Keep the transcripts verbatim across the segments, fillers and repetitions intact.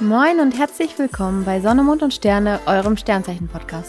Moin und herzlich willkommen bei Sonne, Mond und Sterne, eurem Sternzeichen-Podcast.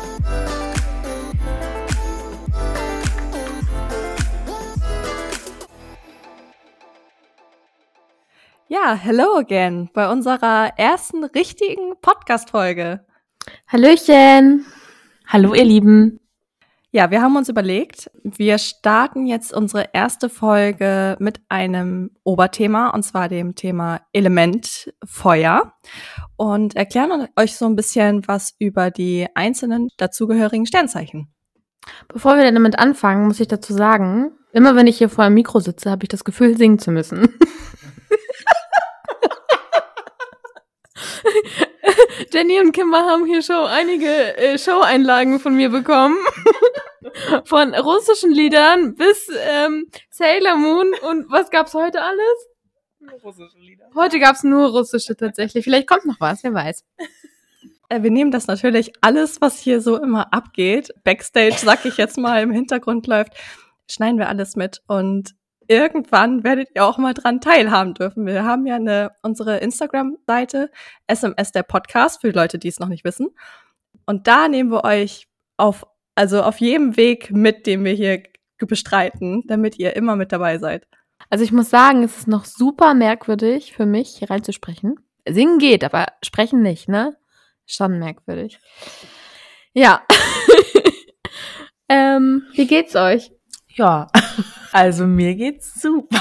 Ja, hello again bei unserer ersten richtigen Podcast-Folge. Hallöchen! Hallo ihr Lieben! Ja, wir haben uns überlegt, wir starten jetzt unsere erste Folge mit einem Oberthema, und zwar dem Thema Element Feuer, und erklären euch so ein bisschen was über die einzelnen dazugehörigen Sternzeichen. Bevor wir damit anfangen, muss ich dazu sagen, immer wenn ich hier vor einem Mikro sitze, habe ich das Gefühl, singen zu müssen. Jenny und Kimber haben hier schon einige äh, Show-Einlagen von mir bekommen. Von russischen Liedern bis ähm, Sailor Moon und was gab's heute alles? Nur russische Lieder. Heute gab's nur russische tatsächlich. Vielleicht kommt noch was, wer weiß. Äh, wir nehmen das natürlich alles, was hier so immer abgeht, Backstage, sag ich jetzt mal, im Hintergrund läuft, schneiden wir alles mit, und irgendwann werdet ihr auch mal dran teilhaben dürfen. Wir haben ja eine unsere Instagram-Seite, S M S der Podcast, für die Leute, die es noch nicht wissen. Und da nehmen wir euch auf, also auf jedem Weg mit, den wir hier bestreiten, damit ihr immer mit dabei seid. Also ich muss sagen, es ist noch super merkwürdig für mich, hier reinzusprechen. Singen geht, aber sprechen nicht, ne? Schon merkwürdig. Ja. ähm, wie geht's euch? Ja, also mir geht's super.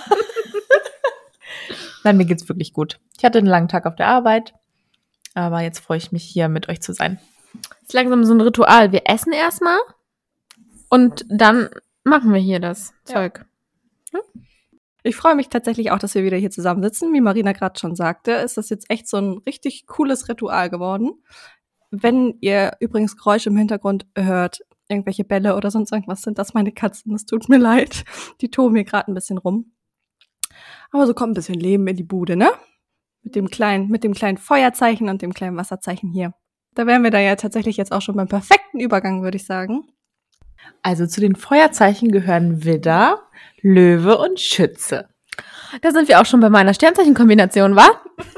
Nein, mir geht's wirklich gut. Ich hatte einen langen Tag auf der Arbeit, aber jetzt freue ich mich, hier mit euch zu sein. Das ist langsam so ein Ritual. Wir essen erstmal und dann machen wir hier das Ja. Zeug. Ich freue mich tatsächlich auch, dass wir wieder hier zusammensitzen. Wie Marina gerade schon sagte, ist das jetzt echt so ein richtig cooles Ritual geworden. Wenn ihr übrigens Geräusche im Hintergrund hört, irgendwelche Bälle oder sonst irgendwas, sind das meine Katzen. Das tut mir leid. Die toben hier gerade ein bisschen rum. Aber so kommt ein bisschen Leben in die Bude, ne? Mit dem kleinen, mit dem kleinen Feuerzeichen und dem kleinen Wasserzeichen hier. Da wären wir da ja tatsächlich jetzt auch schon beim perfekten Übergang, würde ich sagen. Also zu den Feuerzeichen gehören Widder, Löwe und Schütze. Da sind wir auch schon bei meiner Sternzeichenkombination, wa?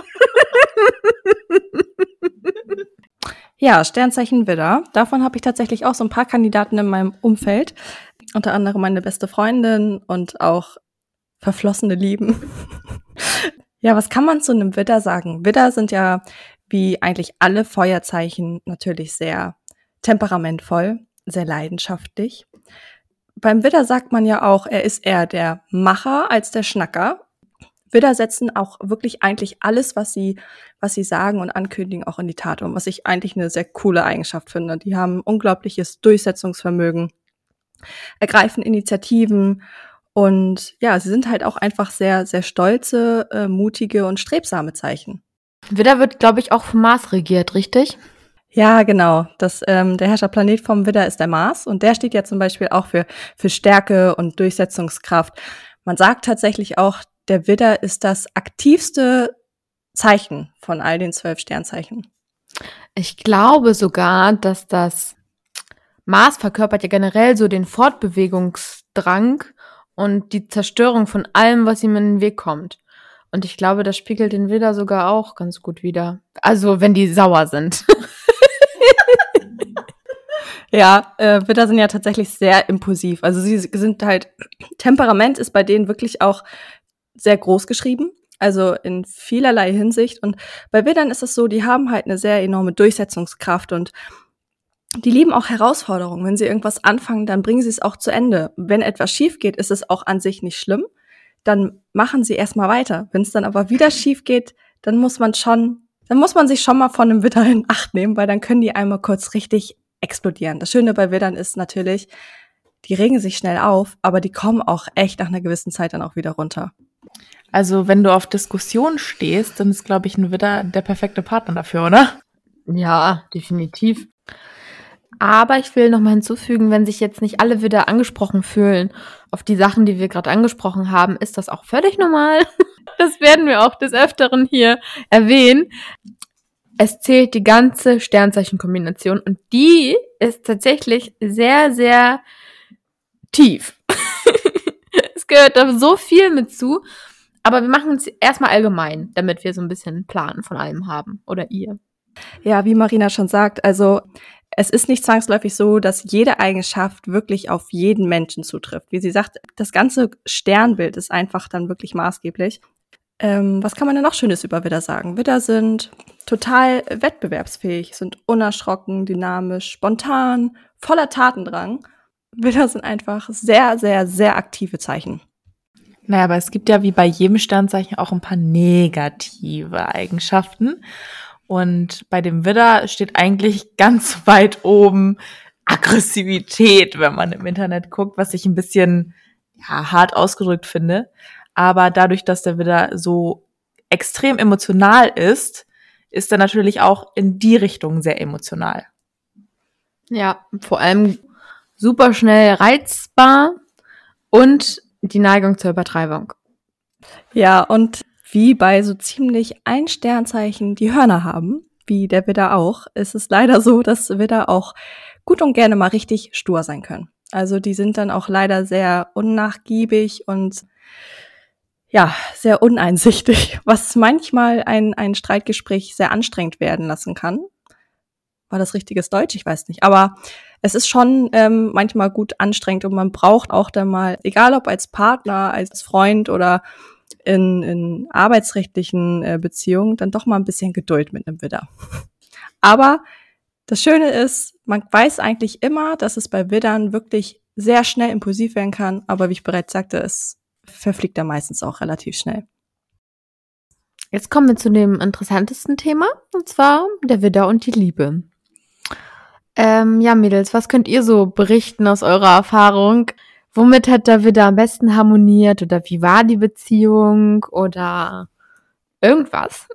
Ja, Sternzeichen Widder. Davon habe ich tatsächlich auch so ein paar Kandidaten in meinem Umfeld. Unter anderem meine beste Freundin und auch verflossene Lieben. Ja, was kann man zu einem Widder sagen? Widder sind ja, wie eigentlich alle Feuerzeichen, natürlich sehr temperamentvoll, sehr leidenschaftlich. Beim Widder sagt man ja auch, er ist eher der Macher als der Schnacker. Widder setzen auch wirklich eigentlich alles, was sie, was sie sagen und ankündigen, auch in die Tat um, was ich eigentlich eine sehr coole Eigenschaft finde. Die haben unglaubliches Durchsetzungsvermögen, ergreifen Initiativen, und ja, sie sind halt auch einfach sehr, sehr stolze, äh, mutige und strebsame Zeichen. Widder wird, glaube ich, auch vom Mars regiert, richtig? Ja, genau. Das, ähm, der Herrscherplanet vom Widder ist der Mars, und der steht ja zum Beispiel auch für, für Stärke und Durchsetzungskraft. Man sagt tatsächlich auch, der Widder ist das aktivste Zeichen von all den zwölf Sternzeichen. Ich glaube sogar, dass das Mars verkörpert ja generell so den Fortbewegungsdrang und die Zerstörung von allem, was ihm in den Weg kommt. Und ich glaube, das spiegelt den Widder sogar auch ganz gut wider. Also, wenn die sauer sind. Ja, äh, Widder sind ja tatsächlich sehr impulsiv. Also sie sind halt, Temperament ist bei denen wirklich auch sehr groß geschrieben, also in vielerlei Hinsicht. Und bei Widdern ist es so, die haben halt eine sehr enorme Durchsetzungskraft, und die lieben auch Herausforderungen. Wenn sie irgendwas anfangen, dann bringen sie es auch zu Ende. Wenn etwas schief geht, ist es auch an sich nicht schlimm. Dann machen sie erstmal weiter. Wenn es dann aber wieder schief geht, dann muss man schon, dann muss man sich schon mal von einem Widder in Acht nehmen, weil dann können die einmal kurz richtig explodieren. Das Schöne bei Widdern ist natürlich, die regen sich schnell auf, aber die kommen auch echt nach einer gewissen Zeit dann auch wieder runter. Also wenn du auf Diskussion stehst, dann ist, glaube ich, ein Widder der perfekte Partner dafür, oder? Ja, definitiv. Aber ich will noch mal hinzufügen, wenn sich jetzt nicht alle Widder angesprochen fühlen auf die Sachen, die wir gerade angesprochen haben, ist das auch völlig normal. Das werden wir auch des Öfteren hier erwähnen. Es zählt die ganze Sternzeichenkombination, und die ist tatsächlich sehr, sehr tief. Es gehört da so viel mit zu. Aber wir machen es erstmal allgemein, damit wir so ein bisschen einen Plan von allem haben. Oder ihr. Ja, wie Marina schon sagt, also es ist nicht zwangsläufig so, dass jede Eigenschaft wirklich auf jeden Menschen zutrifft. Wie sie sagt, das ganze Sternbild ist einfach dann wirklich maßgeblich. Ähm, was kann man denn noch Schönes über Widder sagen? Widder sind total wettbewerbsfähig, sind unerschrocken, dynamisch, spontan, voller Tatendrang. Widder sind einfach sehr, sehr, sehr aktive Zeichen. Naja, aber es gibt ja wie bei jedem Sternzeichen auch ein paar negative Eigenschaften. Und bei dem Widder steht eigentlich ganz weit oben Aggressivität, wenn man im Internet guckt, was ich ein bisschen ja, hart ausgedrückt finde. Aber dadurch, dass der Widder so extrem emotional ist, ist er natürlich auch in die Richtung sehr emotional. Ja, vor allem super schnell reizbar und die Neigung zur Übertreibung. Ja, und wie bei so ziemlich ein Sternzeichen die Hörner haben, wie der Widder auch, ist es leider so, dass Widder auch gut und gerne mal richtig stur sein können. Also die sind dann auch leider sehr unnachgiebig und ja, sehr uneinsichtig, was manchmal ein, ein Streitgespräch sehr anstrengend werden lassen kann. War das richtiges Deutsch? Ich weiß nicht. Aber es ist schon ähm, manchmal gut anstrengend und man braucht auch dann mal, egal ob als Partner, als Freund oder in, in arbeitsrechtlichen äh, Beziehungen, dann doch mal ein bisschen Geduld mit einem Widder. Aber das Schöne ist, man weiß eigentlich immer, dass es bei Widdern wirklich sehr schnell impulsiv werden kann. Aber wie ich bereits sagte, es verfliegt dann meistens auch relativ schnell. Jetzt kommen wir zu dem interessantesten Thema, und zwar der Widder und die Liebe. Ähm, ja, Mädels, was könnt ihr so berichten aus eurer Erfahrung? Womit hat der Widder am besten harmoniert oder wie war die Beziehung oder irgendwas?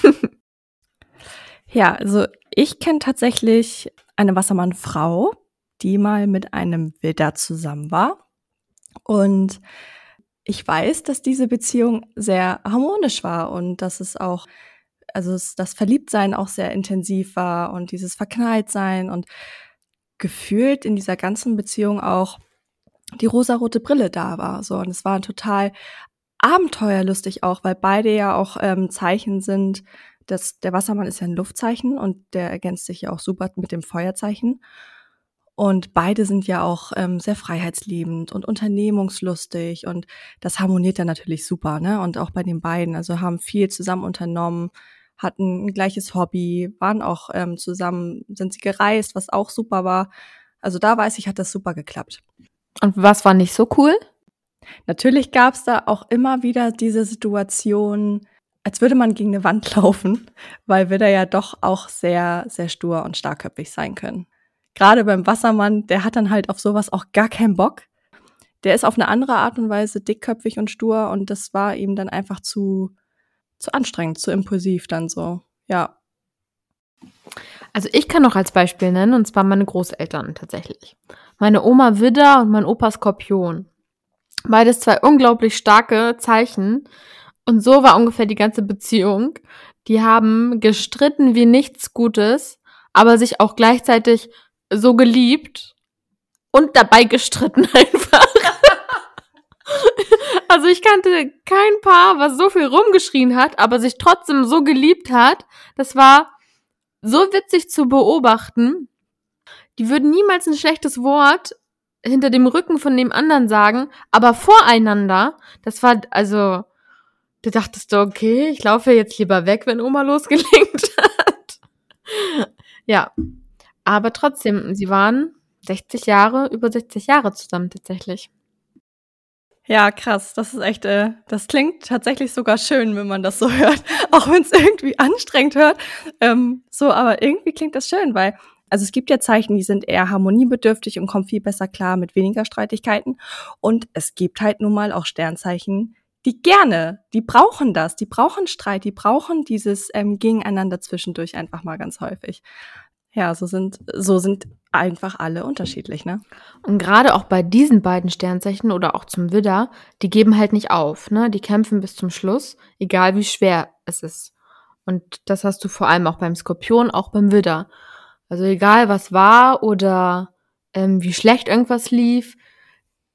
Ja, also ich kenne tatsächlich eine Wassermann-Frau, die mal mit einem Widder zusammen war. Und ich weiß, dass diese Beziehung sehr harmonisch war und dass es auch, also das Verliebtsein auch sehr intensiv war und dieses Verknalltsein und gefühlt in dieser ganzen Beziehung auch die rosarote Brille da war. So, und es war total abenteuerlustig auch, weil beide ja auch ähm, Zeichen sind. Das, der Wassermann ist ja ein Luftzeichen und der ergänzt sich ja auch super mit dem Feuerzeichen. Und beide sind ja auch ähm, sehr freiheitsliebend und unternehmungslustig und das harmoniert dann natürlich super, ne? Und auch bei den beiden, also haben viel zusammen unternommen, hatten ein gleiches Hobby, waren auch ähm, zusammen, sind sie gereist, was auch super war. Also da weiß ich, hat das super geklappt. Und was war nicht so cool? Natürlich gab es da auch immer wieder diese Situation, als würde man gegen eine Wand laufen, weil wir da ja doch auch sehr, sehr stur und starkköpfig sein können. Gerade beim Wassermann, der hat dann halt auf sowas auch gar keinen Bock. Der ist auf eine andere Art und Weise dickköpfig und stur und das war ihm dann einfach zu, zu anstrengend, zu impulsiv dann so, ja. Also ich kann noch als Beispiel nennen, und zwar meine Großeltern tatsächlich. Meine Oma Widder und mein Opa Skorpion. Beides zwei unglaublich starke Zeichen. Und so war ungefähr die ganze Beziehung. Die haben gestritten wie nichts Gutes, aber sich auch gleichzeitig so geliebt und dabei gestritten einfach. Also ich kannte kein Paar, was so viel rumgeschrien hat, aber sich trotzdem so geliebt hat. Das war so witzig zu beobachten. Die würden niemals ein schlechtes Wort hinter dem Rücken von dem anderen sagen, aber voreinander, das war, also, du dachtest du, okay, ich laufe jetzt lieber weg, wenn Oma losgelegt hat. Ja, aber trotzdem, sie waren sechzig Jahre, über sechzig Jahre zusammen tatsächlich. Ja, krass, das ist echt, äh, das klingt tatsächlich sogar schön, wenn man das so hört, auch wenn es irgendwie anstrengend hört. Ähm, so, aber irgendwie klingt das schön, weil, also es gibt ja Zeichen, die sind eher harmoniebedürftig und kommen viel besser klar mit weniger Streitigkeiten. Und es gibt halt nun mal auch Sternzeichen, die gerne, die brauchen das, die brauchen Streit, die brauchen dieses ähm, Gegeneinander zwischendurch einfach mal ganz häufig. Ja, so sind, so sind einfach alle unterschiedlich, ne? Und gerade auch bei diesen beiden Sternzeichen oder auch zum Widder, die geben halt nicht auf, ne? Die kämpfen bis zum Schluss, egal wie schwer es ist. Und das hast du vor allem auch beim Skorpion, auch beim Widder. Also egal was war oder ähm, wie schlecht irgendwas lief,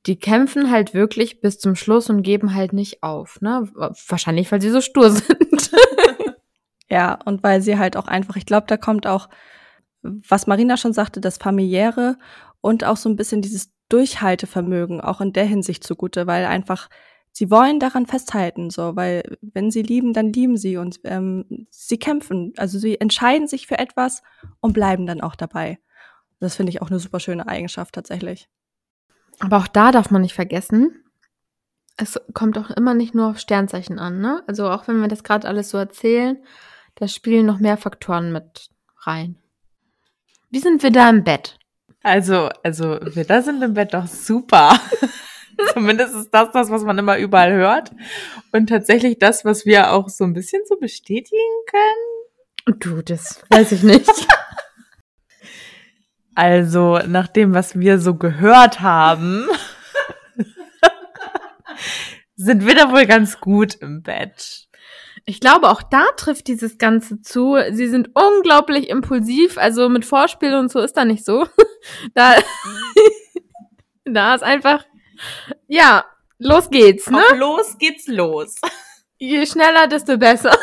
die kämpfen halt wirklich bis zum Schluss und geben halt nicht auf, ne? Wahrscheinlich, weil sie so stur sind. Ja, und weil sie halt auch einfach, ich glaube, da kommt auch, was Marina schon sagte, das Familiäre und auch so ein bisschen dieses Durchhaltevermögen auch in der Hinsicht zugute, weil einfach sie wollen daran festhalten, so, weil wenn sie lieben, dann lieben sie und ähm, sie kämpfen, also sie entscheiden sich für etwas und bleiben dann auch dabei. Das finde ich auch eine super schöne Eigenschaft tatsächlich. Aber auch da darf man nicht vergessen, es kommt auch immer nicht nur auf Sternzeichen an, ne? Also auch wenn wir das gerade alles so erzählen, da spielen noch mehr Faktoren mit rein. Wie sind wir da im Bett? Also, also Widder sind im Bett doch super. Zumindest ist das das, was man immer überall hört. Und tatsächlich das, was wir auch so ein bisschen so bestätigen können. Du, das weiß ich nicht. Also, nach dem, was wir so gehört haben, sind wir da wohl ganz gut im Bett. Ich glaube, auch da trifft dieses Ganze zu. Sie sind unglaublich impulsiv, also mit Vorspiel und so ist da nicht so. Da, da ist einfach, ja, los geht's, ne? Auf los geht's los. Je schneller, desto besser.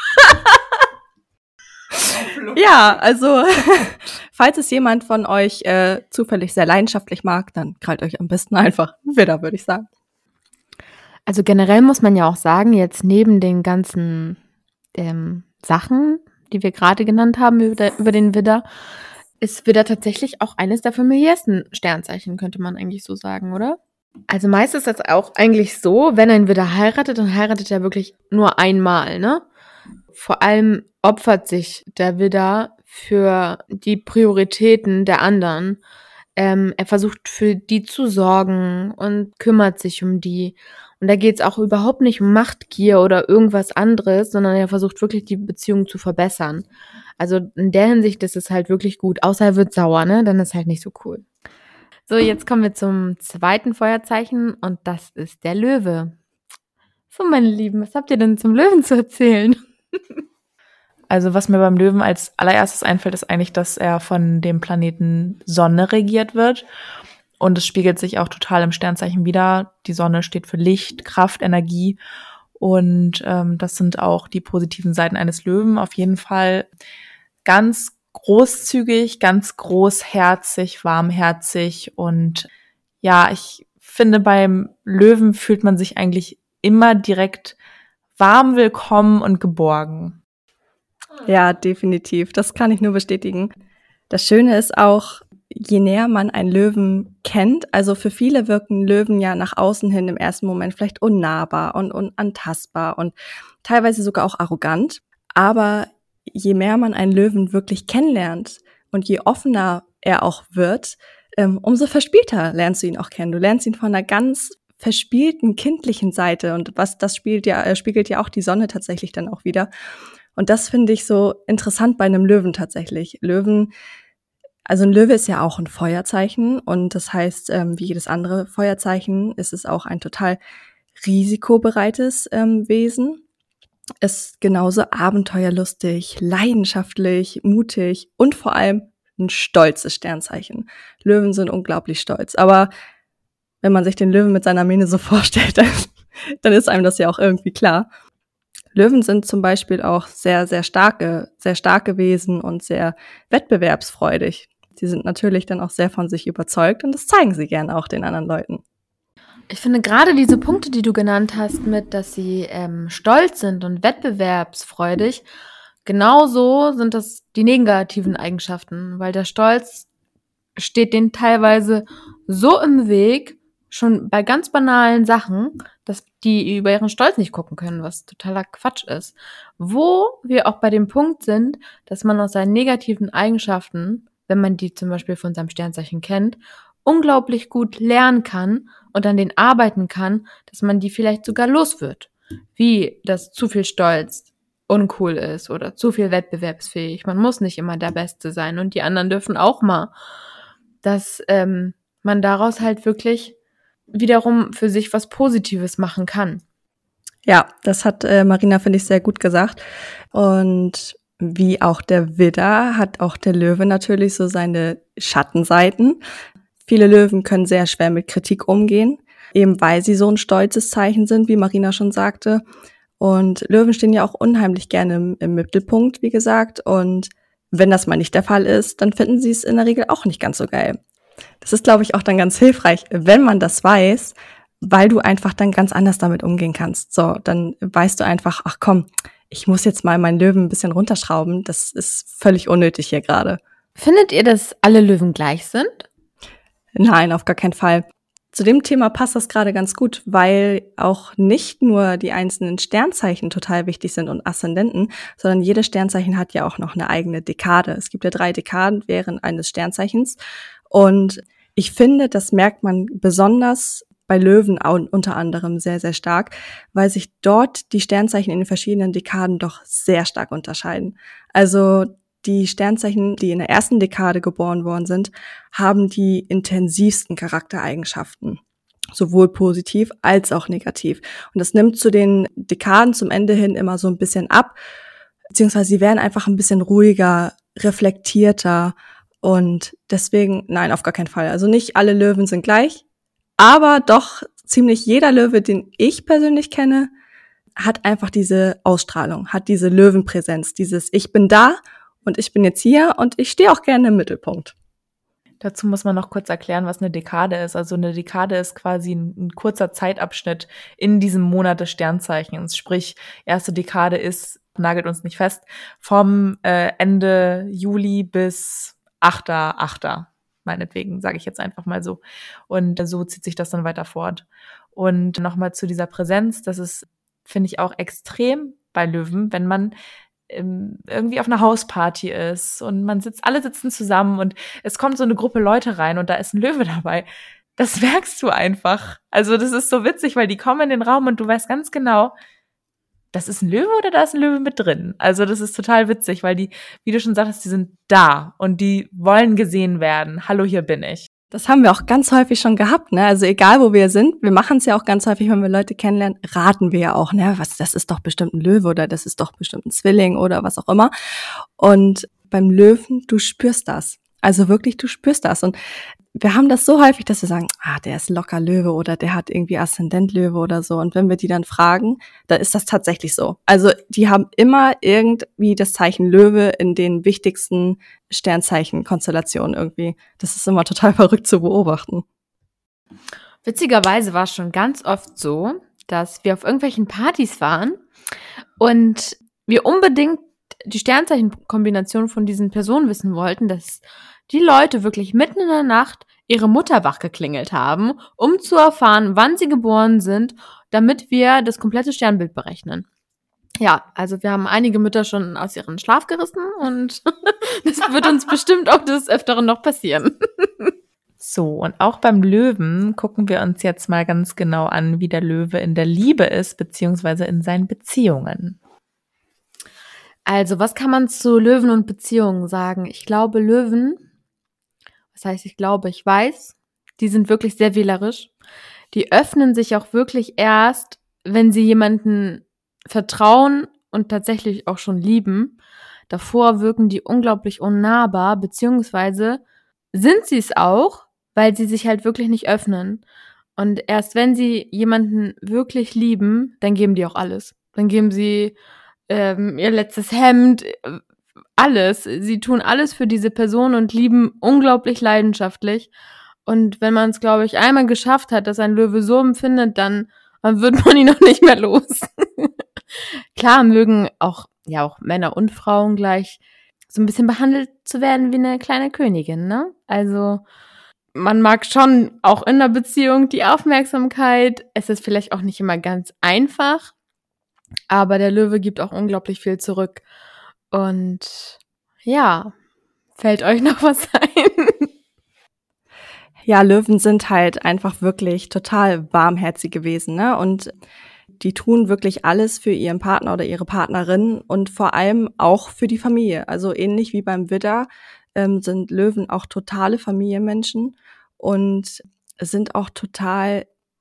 Ja, also falls es jemand von euch äh, zufällig sehr leidenschaftlich mag, dann krallt euch am besten einfach Widder, würde ich sagen. Also generell muss man ja auch sagen, jetzt neben den ganzen ähm, Sachen, die wir gerade genannt haben über, der, über den Widder, ist Widder tatsächlich auch eines der familiärsten Sternzeichen, könnte man eigentlich so sagen, oder? Also meist ist das auch eigentlich so, wenn ein Widder heiratet, dann heiratet er wirklich nur einmal, ne? Vor allem opfert sich der Widder für die Prioritäten der anderen. Ähm, er versucht für die zu sorgen und kümmert sich um die. Und da geht es auch überhaupt nicht um Machtgier oder irgendwas anderes, sondern er versucht wirklich die Beziehung zu verbessern. Also in der Hinsicht ist es halt wirklich gut. Außer er wird sauer, ne? Dann ist halt nicht so cool. So, jetzt kommen wir zum zweiten Feuerzeichen und das ist der Löwe. So, meine Lieben, was habt ihr denn zum Löwen zu erzählen? Also was mir beim Löwen als allererstes einfällt, ist eigentlich, dass er von dem Planeten Sonne regiert wird. Und es spiegelt sich auch total im Sternzeichen wider. Die Sonne steht für Licht, Kraft, Energie. Und ähm, das sind auch die positiven Seiten eines Löwen. Auf jeden Fall ganz großzügig, ganz großherzig, warmherzig. Und ja, ich finde, beim Löwen fühlt man sich eigentlich immer direkt warm, willkommen und geborgen. Ja, definitiv. Das kann ich nur bestätigen. Das Schöne ist auch, je näher man einen Löwen kennt, also für viele wirken Löwen ja nach außen hin im ersten Moment vielleicht unnahbar und unantastbar und teilweise sogar auch arrogant. Aber je mehr man einen Löwen wirklich kennenlernt und je offener er auch wird, ähm, umso verspielter lernst du ihn auch kennen. Du lernst ihn von einer ganz verspielten, kindlichen Seite und was das spielt ja, äh, spiegelt ja auch die Sonne tatsächlich dann auch wieder. Und das finde ich so interessant bei einem Löwen tatsächlich. Löwen, also ein Löwe ist ja auch ein Feuerzeichen und das heißt, ähm, wie jedes andere Feuerzeichen ist es auch ein total risikobereites ähm, Wesen. Ist genauso abenteuerlustig, leidenschaftlich, mutig und vor allem ein stolzes Sternzeichen. Löwen sind unglaublich stolz, aber wenn man sich den Löwen mit seiner Mähne so vorstellt, dann, dann ist einem das ja auch irgendwie klar. Löwen sind zum Beispiel auch sehr, sehr starke, sehr starke Wesen und sehr wettbewerbsfreudig. Sie sind natürlich dann auch sehr von sich überzeugt und das zeigen sie gerne auch den anderen Leuten. Ich finde gerade diese Punkte, die du genannt hast, mit, dass sie ähm, stolz sind und wettbewerbsfreudig, genauso sind das die negativen Eigenschaften, weil der Stolz steht denen teilweise so im Weg, schon bei ganz banalen Sachen, dass die über ihren Stolz nicht gucken können, was totaler Quatsch ist. Wo wir auch bei dem Punkt sind, dass man aus seinen negativen Eigenschaften, wenn man die zum Beispiel von seinem Sternzeichen kennt, unglaublich gut lernen kann und an denen arbeiten kann, dass man die vielleicht sogar los wird. Wie, dass zu viel Stolz uncool ist oder zu viel wettbewerbsfähig. Man muss nicht immer der Beste sein und die anderen dürfen auch mal. Dass ähm, man daraus halt wirklich wiederum für sich was Positives machen kann. Ja, das hat äh, Marina, finde ich, sehr gut gesagt. Und wie auch der Widder hat auch der Löwe natürlich so seine Schattenseiten. Viele Löwen können sehr schwer mit Kritik umgehen, eben weil sie so ein stolzes Zeichen sind, wie Marina schon sagte. Und Löwen stehen ja auch unheimlich gerne im, im Mittelpunkt, wie gesagt. Und wenn das mal nicht der Fall ist, dann finden sie es in der Regel auch nicht ganz so geil. Das ist, glaube ich, auch dann ganz hilfreich, wenn man das weiß, weil du einfach dann ganz anders damit umgehen kannst. So, dann weißt du einfach, ach komm, ich muss jetzt mal meinen Löwen ein bisschen runterschrauben. Das ist völlig unnötig hier gerade. Findet ihr, dass alle Löwen gleich sind? Nein, auf gar keinen Fall. Zu dem Thema passt das gerade ganz gut, weil auch nicht nur die einzelnen Sternzeichen total wichtig sind und Aszendenten, sondern jedes Sternzeichen hat ja auch noch eine eigene Dekade. Es gibt ja drei Dekaden während eines Sternzeichens. Und ich finde, das merkt man besonders bei Löwen auch unter anderem sehr, sehr stark, weil sich dort die Sternzeichen in den verschiedenen Dekaden doch sehr stark unterscheiden. Also die Sternzeichen, die in der ersten Dekade geboren worden sind, haben die intensivsten Charaktereigenschaften, sowohl positiv als auch negativ. Und das nimmt zu den Dekaden zum Ende hin immer so ein bisschen ab, beziehungsweise sie werden einfach ein bisschen ruhiger, reflektierter und deswegen, nein, auf gar keinen Fall. Also nicht alle Löwen sind gleich, aber doch ziemlich jeder Löwe, den ich persönlich kenne, hat einfach diese Ausstrahlung, hat diese Löwenpräsenz, dieses Ich bin da und ich bin jetzt hier und ich stehe auch gerne im Mittelpunkt. Dazu muss man noch kurz erklären, was eine Dekade ist. Also eine Dekade ist quasi ein, ein kurzer Zeitabschnitt in diesem Monat des Sternzeichens. Sprich, erste Dekade ist, nagelt uns nicht fest, vom äh, Ende Juli bis achter achter meinetwegen, sage ich jetzt einfach mal so. Und so zieht sich das dann weiter fort. Und nochmal zu dieser Präsenz, das ist, finde ich, auch extrem bei Löwen, wenn man irgendwie auf einer Hausparty ist und man sitzt, alle sitzen zusammen und es kommt so eine Gruppe Leute rein und da ist ein Löwe dabei. Das merkst du einfach. Also das ist so witzig, weil die kommen in den Raum und du weißt ganz genau, das ist ein Löwe oder da ist ein Löwe mit drin. Also das ist total witzig, weil die, wie du schon sagtest, die sind da und die wollen gesehen werden. Hallo, hier bin ich. Das haben wir auch ganz häufig schon gehabt, ne? Also egal, wo wir sind, wir machen es ja auch ganz häufig, wenn wir Leute kennenlernen, raten wir ja auch, ne? Was, das ist doch bestimmt ein Löwe oder das ist doch bestimmt ein Zwilling oder was auch immer. Und beim Löwen, du spürst das. Also wirklich, du spürst das. Und wir haben das so häufig, dass wir sagen, ah, der ist locker Löwe oder der hat irgendwie Aszendent Löwe oder so. Und wenn wir die dann fragen, dann ist das tatsächlich so. Also die haben immer irgendwie das Zeichen Löwe in den wichtigsten Sternzeichen-Konstellationen irgendwie. Das ist immer total verrückt zu beobachten. Witzigerweise war es schon ganz oft so, dass wir auf irgendwelchen Partys waren und wir unbedingt die Sternzeichenkombination von diesen Personen wissen wollten, dass die Leute wirklich mitten in der Nacht ihre Mutter wachgeklingelt haben, um zu erfahren, wann sie geboren sind, damit wir das komplette Sternbild berechnen. Ja, also wir haben einige Mütter schon aus ihrem Schlaf gerissen und das wird uns bestimmt auch des Öfteren noch passieren. So, und auch beim Löwen gucken wir uns jetzt mal ganz genau an, wie der Löwe in der Liebe ist, beziehungsweise in seinen Beziehungen. Also, was kann man zu Löwen und Beziehungen sagen? Ich glaube, Löwen, was heißt ich glaube, ich weiß, die sind wirklich sehr wählerisch. Die öffnen sich auch wirklich erst, wenn sie jemanden vertrauen und tatsächlich auch schon lieben. Davor wirken die unglaublich unnahbar, beziehungsweise sind sie es auch, weil sie sich halt wirklich nicht öffnen. Und erst wenn sie jemanden wirklich lieben, dann geben die auch alles. Dann geben sie ähm, ihr letztes Hemd, alles. Sie tun alles für diese Person und lieben unglaublich leidenschaftlich. Und wenn man es, glaube ich, einmal geschafft hat, dass ein Löwe so empfindet, dann, dann wird man ihn noch nicht mehr los. Klar mögen auch, ja, auch Männer und Frauen gleich so ein bisschen behandelt zu werden wie eine kleine Königin, ne? Also man mag schon auch in der Beziehung die Aufmerksamkeit. Es ist vielleicht auch nicht immer ganz einfach, aber der Löwe gibt auch unglaublich viel zurück. Und ja, fällt euch noch was ein? Ja, Löwen sind halt einfach wirklich total warmherzig gewesen, ne? Und die tun wirklich alles für ihren Partner oder ihre Partnerin und vor allem auch für die Familie. Also ähnlich wie beim Widder ähm, sind Löwen auch totale Familienmenschen und sind auch total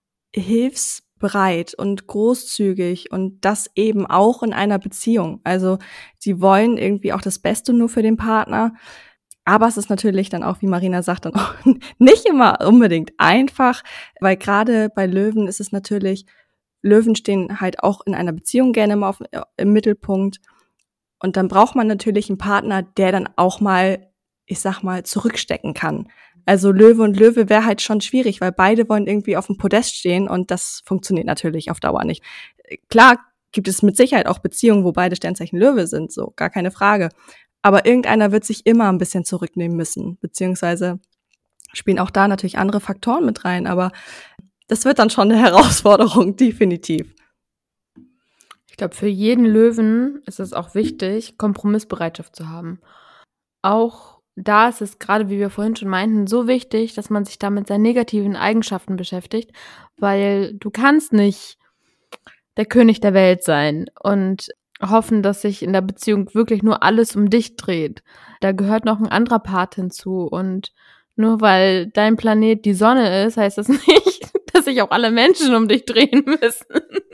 hilfsbereit und großzügig und das eben auch in einer Beziehung. Also sie wollen irgendwie auch das Beste nur für den Partner. Aber es ist natürlich dann auch, wie Marina sagt, dann auch nicht immer unbedingt einfach, weil gerade bei Löwen ist es natürlich, Löwen stehen halt auch in einer Beziehung gerne mal auf, im Mittelpunkt. Und dann braucht man natürlich einen Partner, der dann auch mal, ich sag mal, zurückstecken kann. Also Löwe und Löwe wäre halt schon schwierig, weil beide wollen irgendwie auf dem Podest stehen und das funktioniert natürlich auf Dauer nicht. Klar gibt es mit Sicherheit auch Beziehungen, wo beide Sternzeichen Löwe sind, so, gar keine Frage. Aber irgendeiner wird sich immer ein bisschen zurücknehmen müssen, beziehungsweise spielen auch da natürlich andere Faktoren mit rein, aber das wird dann schon eine Herausforderung, definitiv. Ich glaube, für jeden Löwen ist es auch wichtig, Kompromissbereitschaft zu haben. Auch da ist es, gerade wie wir vorhin schon meinten, so wichtig, dass man sich da mit seinen negativen Eigenschaften beschäftigt, weil du kannst nicht der König der Welt sein und hoffen, dass sich in der Beziehung wirklich nur alles um dich dreht. Da gehört noch ein anderer Part hinzu und nur weil dein Planet die Sonne ist, heißt das nicht, dass sich auch alle Menschen um dich drehen müssen.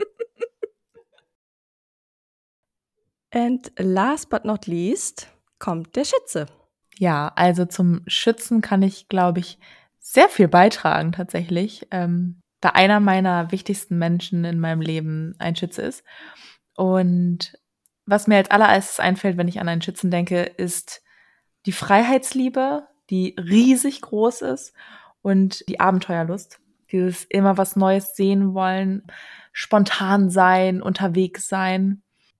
And last but not least kommt der Schütze. Ja, also zum Schützen kann ich, glaube ich, sehr viel beitragen tatsächlich, ähm, da einer meiner wichtigsten Menschen in meinem Leben ein Schütze ist. Und was mir als allererstes einfällt, wenn ich an einen Schützen denke, ist die Freiheitsliebe, die riesig groß ist, und die Abenteuerlust. Dieses immer was Neues sehen wollen, spontan sein, unterwegs sein.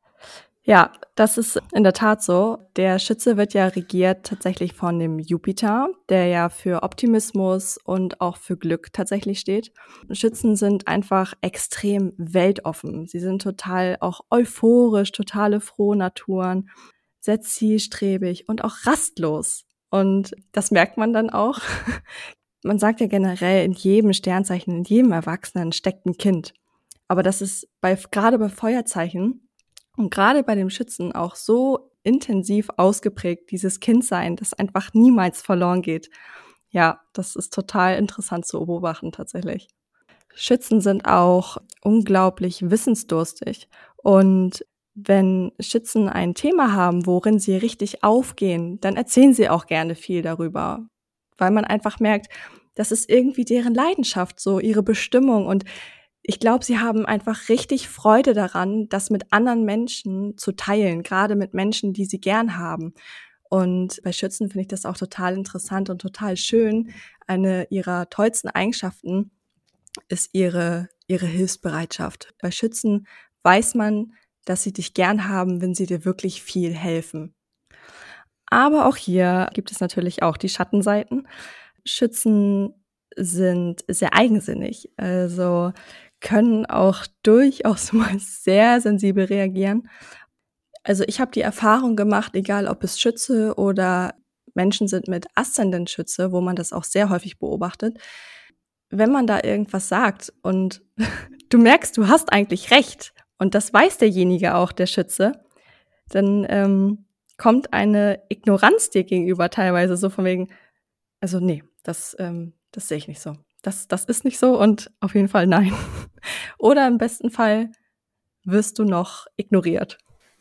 Ja, das ist in der Tat so. Der Schütze wird ja regiert tatsächlich von dem Jupiter, der ja für Optimismus und auch für Glück tatsächlich steht. Schützen sind einfach extrem weltoffen. Sie sind total auch euphorisch, totale Frohnaturen, sehr zielstrebig und auch rastlos. Und das merkt man dann auch. Man sagt ja generell, in jedem Sternzeichen, in jedem Erwachsenen steckt ein Kind. Aber das ist bei, gerade bei Feuerzeichen und gerade bei dem Schützen auch so intensiv ausgeprägt, dieses Kindsein, das einfach niemals verloren geht. Ja, das ist total interessant zu beobachten tatsächlich. Schützen sind auch unglaublich wissensdurstig. Und wenn Schützen ein Thema haben, worin sie richtig aufgehen, dann erzählen sie auch gerne viel darüber. Weil man einfach merkt, das ist irgendwie deren Leidenschaft, so ihre Bestimmung. Und ich glaube, sie haben einfach richtig Freude daran, das mit anderen Menschen zu teilen, gerade mit Menschen, die sie gern haben. Und bei Schützen finde ich das auch total interessant und total schön. Eine ihrer tollsten Eigenschaften ist ihre, ihre Hilfsbereitschaft. Bei Schützen weiß man, dass sie dich gern haben, wenn sie dir wirklich viel helfen. Aber auch hier gibt es natürlich auch die Schattenseiten. Schützen sind sehr eigensinnig, also können auch durchaus mal sehr sensibel reagieren. Also ich habe die Erfahrung gemacht, egal ob es Schütze oder Menschen sind mit Aszendent Schütze, wo man das auch sehr häufig beobachtet, wenn man da irgendwas sagt und du merkst, du hast eigentlich recht und das weiß derjenige auch, der Schütze, dann ähm, kommt eine Ignoranz dir gegenüber teilweise so von wegen, also nee, das, ähm, das sehe ich nicht so. Das, das ist nicht so und auf jeden Fall nein. Oder im besten Fall wirst du noch ignoriert.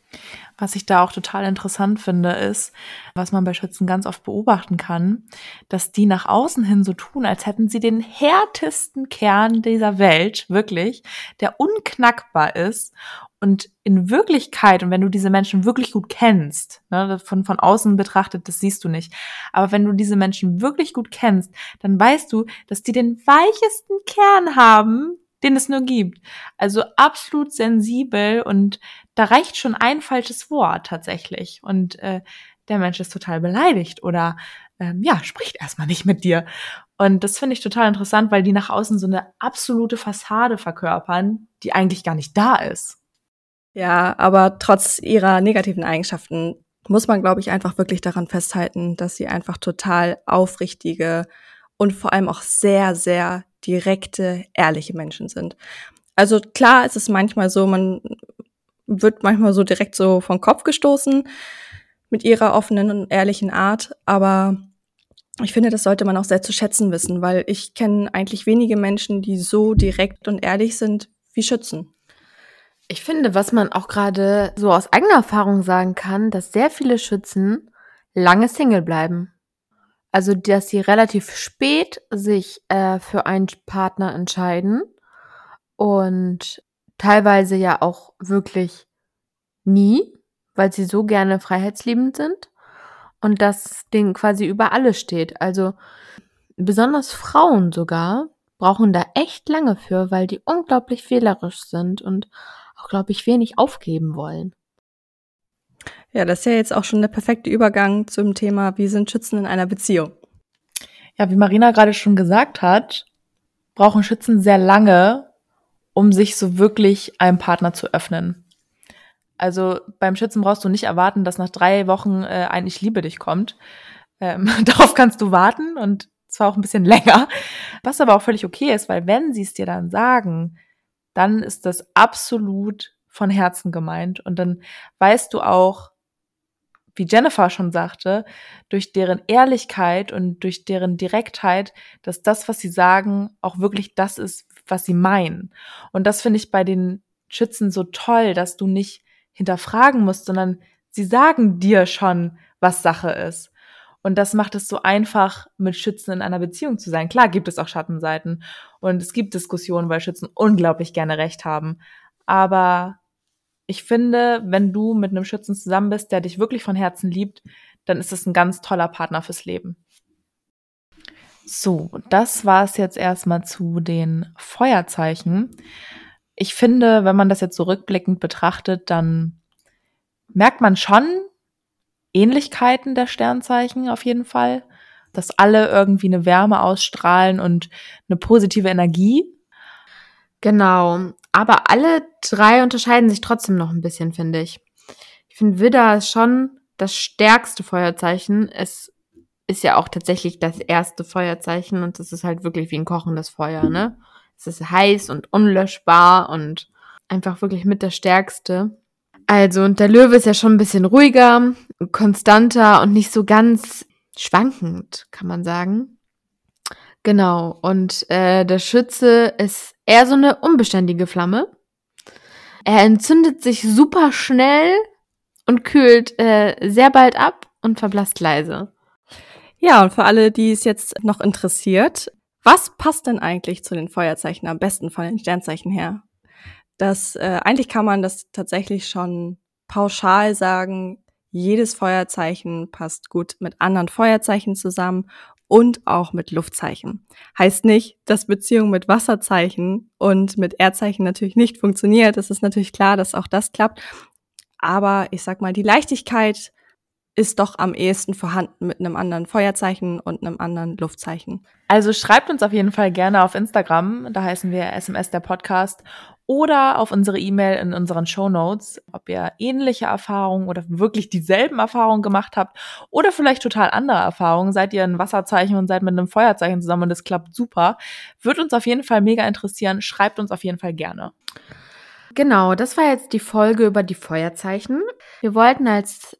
Was ich da auch total interessant finde, ist, was man bei Schützen ganz oft beobachten kann, dass die nach außen hin so tun, als hätten sie den härtesten Kern dieser Welt, wirklich, der unknackbar ist. Und in Wirklichkeit, und wenn du diese Menschen wirklich gut kennst, ne, von, von außen betrachtet, das siehst du nicht, aber wenn du diese Menschen wirklich gut kennst, dann weißt du, dass die den weichesten Kern haben, den es nur gibt. Also absolut sensibel, und da reicht schon ein falsches Wort tatsächlich. Und äh, der Mensch ist total beleidigt oder ähm, ja, spricht erstmal nicht mit dir. Und das finde ich total interessant, weil die nach außen so eine absolute Fassade verkörpern, die eigentlich gar nicht da ist. Ja, aber trotz ihrer negativen Eigenschaften muss man, glaube ich, einfach wirklich daran festhalten, dass sie einfach total aufrichtige und vor allem auch sehr, sehr direkte, ehrliche Menschen sind. Also klar, es ist manchmal so, man wird manchmal so direkt so vom Kopf gestoßen mit ihrer offenen und ehrlichen Art, aber ich finde, das sollte man auch sehr zu schätzen wissen, weil ich kenne eigentlich wenige Menschen, die so direkt und ehrlich sind wie Schützen. Ich finde, was man auch gerade so aus eigener Erfahrung sagen kann, dass sehr viele Schützen lange Single bleiben. Also, dass sie relativ spät sich äh, für einen Partner entscheiden und teilweise ja auch wirklich nie, weil sie so gerne freiheitsliebend sind und das denen quasi über alles steht. Also besonders Frauen sogar brauchen da echt lange für, weil die unglaublich wählerisch sind und auch, glaube ich, wenig aufgeben wollen. Ja, das ist ja jetzt auch schon der perfekte Übergang zum Thema, wie sind Schützen in einer Beziehung? Ja, wie Marina gerade schon gesagt hat, brauchen Schützen sehr lange, um sich so wirklich einem Partner zu öffnen. Also beim Schützen brauchst du nicht erwarten, dass nach drei Wochen äh, ein Ich liebe dich kommt. Ähm, darauf kannst du warten und zwar auch ein bisschen länger. Was aber auch völlig okay ist, weil wenn sie es dir dann sagen, dann ist das absolut von Herzen gemeint. Und dann weißt du auch, wie Jennifer schon sagte, durch deren Ehrlichkeit und durch deren Direktheit, dass das, was sie sagen, auch wirklich das ist, was sie meinen. Und das finde ich bei den Schützen so toll, dass du nicht hinterfragen musst, sondern sie sagen dir schon, was Sache ist. Und das macht es so einfach, mit Schützen in einer Beziehung zu sein. Klar gibt es auch Schattenseiten und es gibt Diskussionen, weil Schützen unglaublich gerne Recht haben. Aber ich finde, wenn du mit einem Schützen zusammen bist, der dich wirklich von Herzen liebt, dann ist es ein ganz toller Partner fürs Leben. So, das war es jetzt erstmal zu den Feuerzeichen. Ich finde, wenn man das jetzt so rückblickend betrachtet, dann merkt man schon Ähnlichkeiten der Sternzeichen auf jeden Fall, dass alle irgendwie eine Wärme ausstrahlen und eine positive Energie. Genau, aber alle drei unterscheiden sich trotzdem noch ein bisschen, finde ich. Ich finde, Widder ist schon das stärkste Feuerzeichen. Es ist ja auch tatsächlich das erste Feuerzeichen und es ist halt wirklich wie ein kochendes Feuer, ne? Es ist heiß und unlöschbar und einfach wirklich mit das Stärkste. Also, und der Löwe ist ja schon ein bisschen ruhiger, konstanter und nicht so ganz schwankend, kann man sagen. Genau, und äh, der Schütze ist eher so eine unbeständige Flamme. Er entzündet sich super schnell und kühlt äh, sehr bald ab und verblasst leise. Ja, und für alle, die es jetzt noch interessiert, was passt denn eigentlich zu den Feuerzeichen am besten von den Sternzeichen her? Das, äh, eigentlich kann man das tatsächlich schon pauschal sagen, jedes Feuerzeichen passt gut mit anderen Feuerzeichen zusammen und auch mit Luftzeichen. Heißt nicht, dass Beziehung mit Wasserzeichen und mit Erdzeichen natürlich nicht funktioniert. Es ist natürlich klar, dass auch das klappt. Aber ich sag mal, die Leichtigkeit ist doch am ehesten vorhanden mit einem anderen Feuerzeichen und einem anderen Luftzeichen. Also schreibt uns auf jeden Fall gerne auf Instagram, da heißen wir S M S der Podcast, oder auf unsere E-Mail in unseren Shownotes, ob ihr ähnliche Erfahrungen oder wirklich dieselben Erfahrungen gemacht habt oder vielleicht total andere Erfahrungen. Seid ihr ein Wasserzeichen und seid mit einem Feuerzeichen zusammen und es klappt super. Wird uns auf jeden Fall mega interessieren. Schreibt uns auf jeden Fall gerne. Genau, das war jetzt die Folge über die Feuerzeichen. Wir wollten als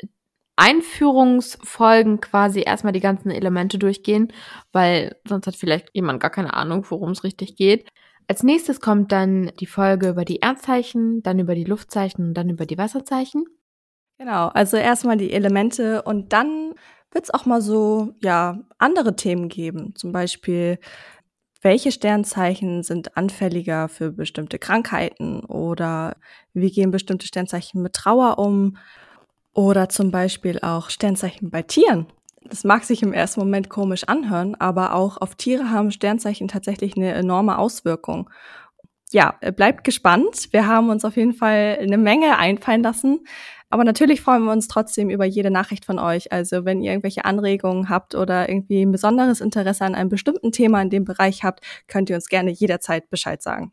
Einführungsfolgen quasi erstmal die ganzen Elemente durchgehen, weil sonst hat vielleicht jemand gar keine Ahnung, worum es richtig geht. Als nächstes kommt dann die Folge über die Erdzeichen, dann über die Luftzeichen und dann über die Wasserzeichen. Genau, also erstmal die Elemente und dann wird es auch mal so, ja, andere Themen geben. Zum Beispiel, welche Sternzeichen sind anfälliger für bestimmte Krankheiten oder wie gehen bestimmte Sternzeichen mit Trauer um? Oder zum Beispiel auch Sternzeichen bei Tieren. Das mag sich im ersten Moment komisch anhören, aber auch auf Tiere haben Sternzeichen tatsächlich eine enorme Auswirkung. Ja, bleibt gespannt. Wir haben uns auf jeden Fall eine Menge einfallen lassen. Aber natürlich freuen wir uns trotzdem über jede Nachricht von euch. Also wenn ihr irgendwelche Anregungen habt oder irgendwie ein besonderes Interesse an einem bestimmten Thema in dem Bereich habt, könnt ihr uns gerne jederzeit Bescheid sagen.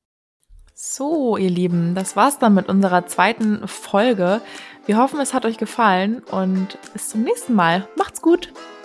So, ihr Lieben, das war's dann mit unserer zweiten Folge. Wir hoffen, es hat euch gefallen und bis zum nächsten Mal. Macht's gut!